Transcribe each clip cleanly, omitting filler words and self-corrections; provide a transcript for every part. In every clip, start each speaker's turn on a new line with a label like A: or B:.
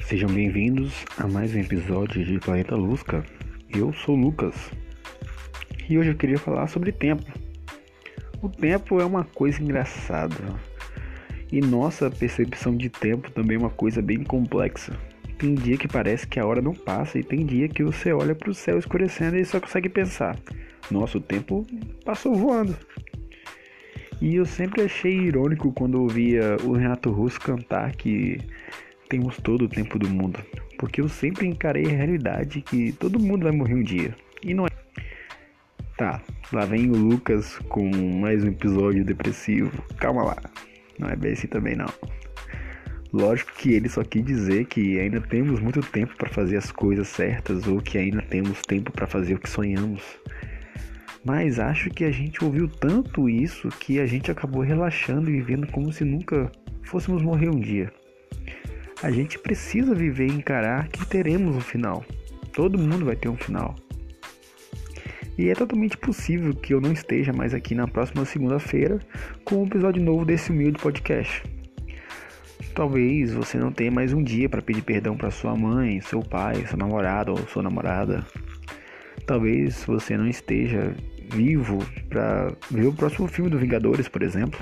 A: Sejam bem-vindos a mais um episódio de Planeta Lusca. Eu sou o Lucas e hoje eu queria falar sobre tempo. O tempo é uma coisa engraçada e nossa percepção de tempo também é uma coisa bem complexa. Tem dia que parece que a hora não passa e tem dia que você olha para o céu escurecendo e só consegue pensar: nossa, o tempo passou voando. E eu sempre achei irônico quando ouvia o Renato Russo cantar que temos todo o tempo do mundo, porque eu sempre encarei a realidade que todo mundo vai morrer um dia, e não é. Tá, lá vem o Lucas com mais um episódio depressivo. Calma lá, não é bem assim também não. Lógico que ele só quis dizer que ainda temos muito tempo para fazer as coisas certas, ou que ainda temos tempo para fazer o que sonhamos. Mas acho que a gente ouviu tanto isso que a gente acabou relaxando e vivendo como se nunca fôssemos morrer um dia. A gente precisa viver e encarar que teremos um final. Todo mundo vai ter um final. E é totalmente possível que eu não esteja mais aqui na próxima segunda-feira com um episódio novo desse humilde podcast. Talvez você não tenha mais um dia para pedir perdão para sua mãe, seu pai, seu namorado ou sua namorada. Talvez você não esteja vivo para ver o próximo filme do Vingadores, por exemplo.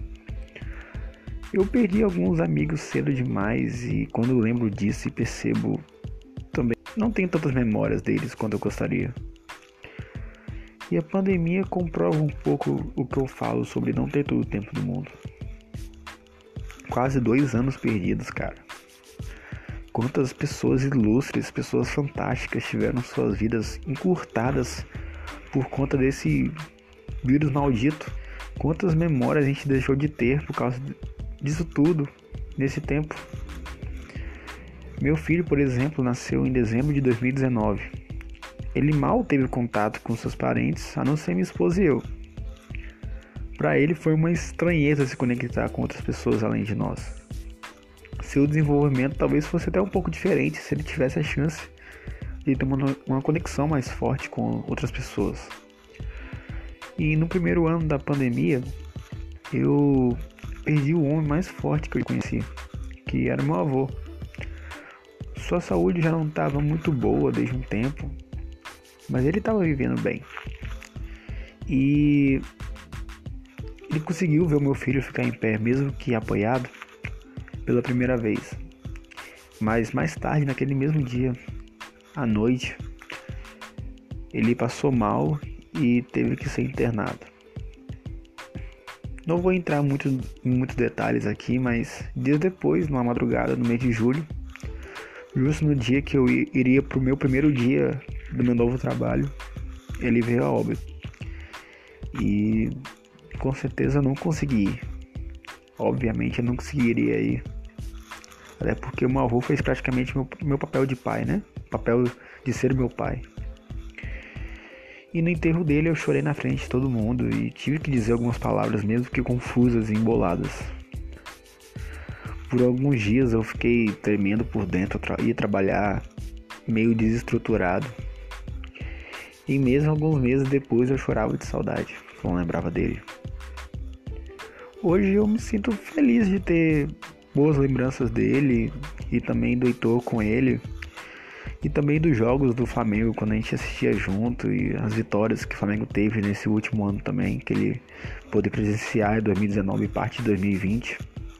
A: Eu perdi alguns amigos cedo demais e quando lembro disso e percebo também não tenho tantas memórias deles quanto eu gostaria. E a pandemia comprova um pouco o que eu falo sobre não ter todo o tempo do mundo. Quase 2 anos perdidos, cara. Quantas pessoas ilustres, pessoas fantásticas tiveram suas vidas encurtadas por conta desse vírus maldito. Quantas memórias a gente deixou de ter por causa disso tudo, nesse tempo. Meu filho, por exemplo, nasceu em dezembro de 2019. Ele mal teve contato com seus parentes, a não ser minha esposa e eu. Para ele foi uma estranheza se conectar com outras pessoas além de nós. Seu desenvolvimento talvez fosse até um pouco diferente se ele tivesse a chance de ter uma conexão mais forte com outras pessoas. E no primeiro ano da pandemia, eu perdi o homem mais forte que eu conheci, que era meu avô. Sua saúde já não estava muito boa desde um tempo, mas ele estava vivendo bem. E ele conseguiu ver o meu filho ficar em pé, mesmo que apoiado, pela primeira vez. Mas mais tarde, naquele mesmo dia, à noite, ele passou mal e teve que ser internado. Não vou entrar em muitos detalhes aqui, mas dias depois, numa madrugada, no mês de julho, justo no dia que eu iria para o meu primeiro dia do meu novo trabalho, ele veio a óbito. E com certeza eu não consegui ir. Obviamente eu não conseguiria ir. Até porque o meu avô fez praticamente meu papel de pai, né? O papel de ser meu pai. E no enterro dele eu chorei na frente de todo mundo e tive que dizer algumas palavras mesmo que confusas e emboladas. Por alguns dias eu fiquei tremendo por dentro, ia trabalhar meio desestruturado. E mesmo alguns meses depois eu chorava de saudade, quando lembrava dele. Hoje eu me sinto feliz de ter boas lembranças dele e também do Heitor com ele. E também dos jogos do Flamengo, quando a gente assistia junto, e as vitórias que o Flamengo teve nesse último ano também, que ele pôde presenciar em 2019 e parte de 2020.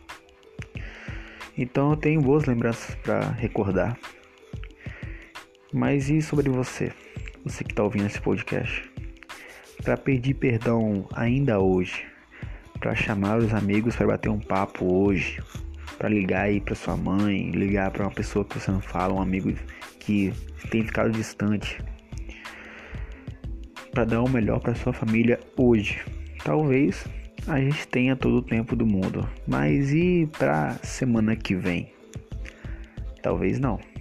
A: Então eu tenho boas lembranças para recordar. Mas e sobre você? Você que está ouvindo esse podcast? Para pedir perdão ainda hoje, para chamar os amigos para bater um papo hoje, para ligar aí para sua mãe, ligar para uma pessoa que você não fala, um amigo que tem ficado distante, para dar o melhor para sua família hoje. Talvez a gente tenha todo o tempo do mundo, mas e para semana que vem? Talvez não.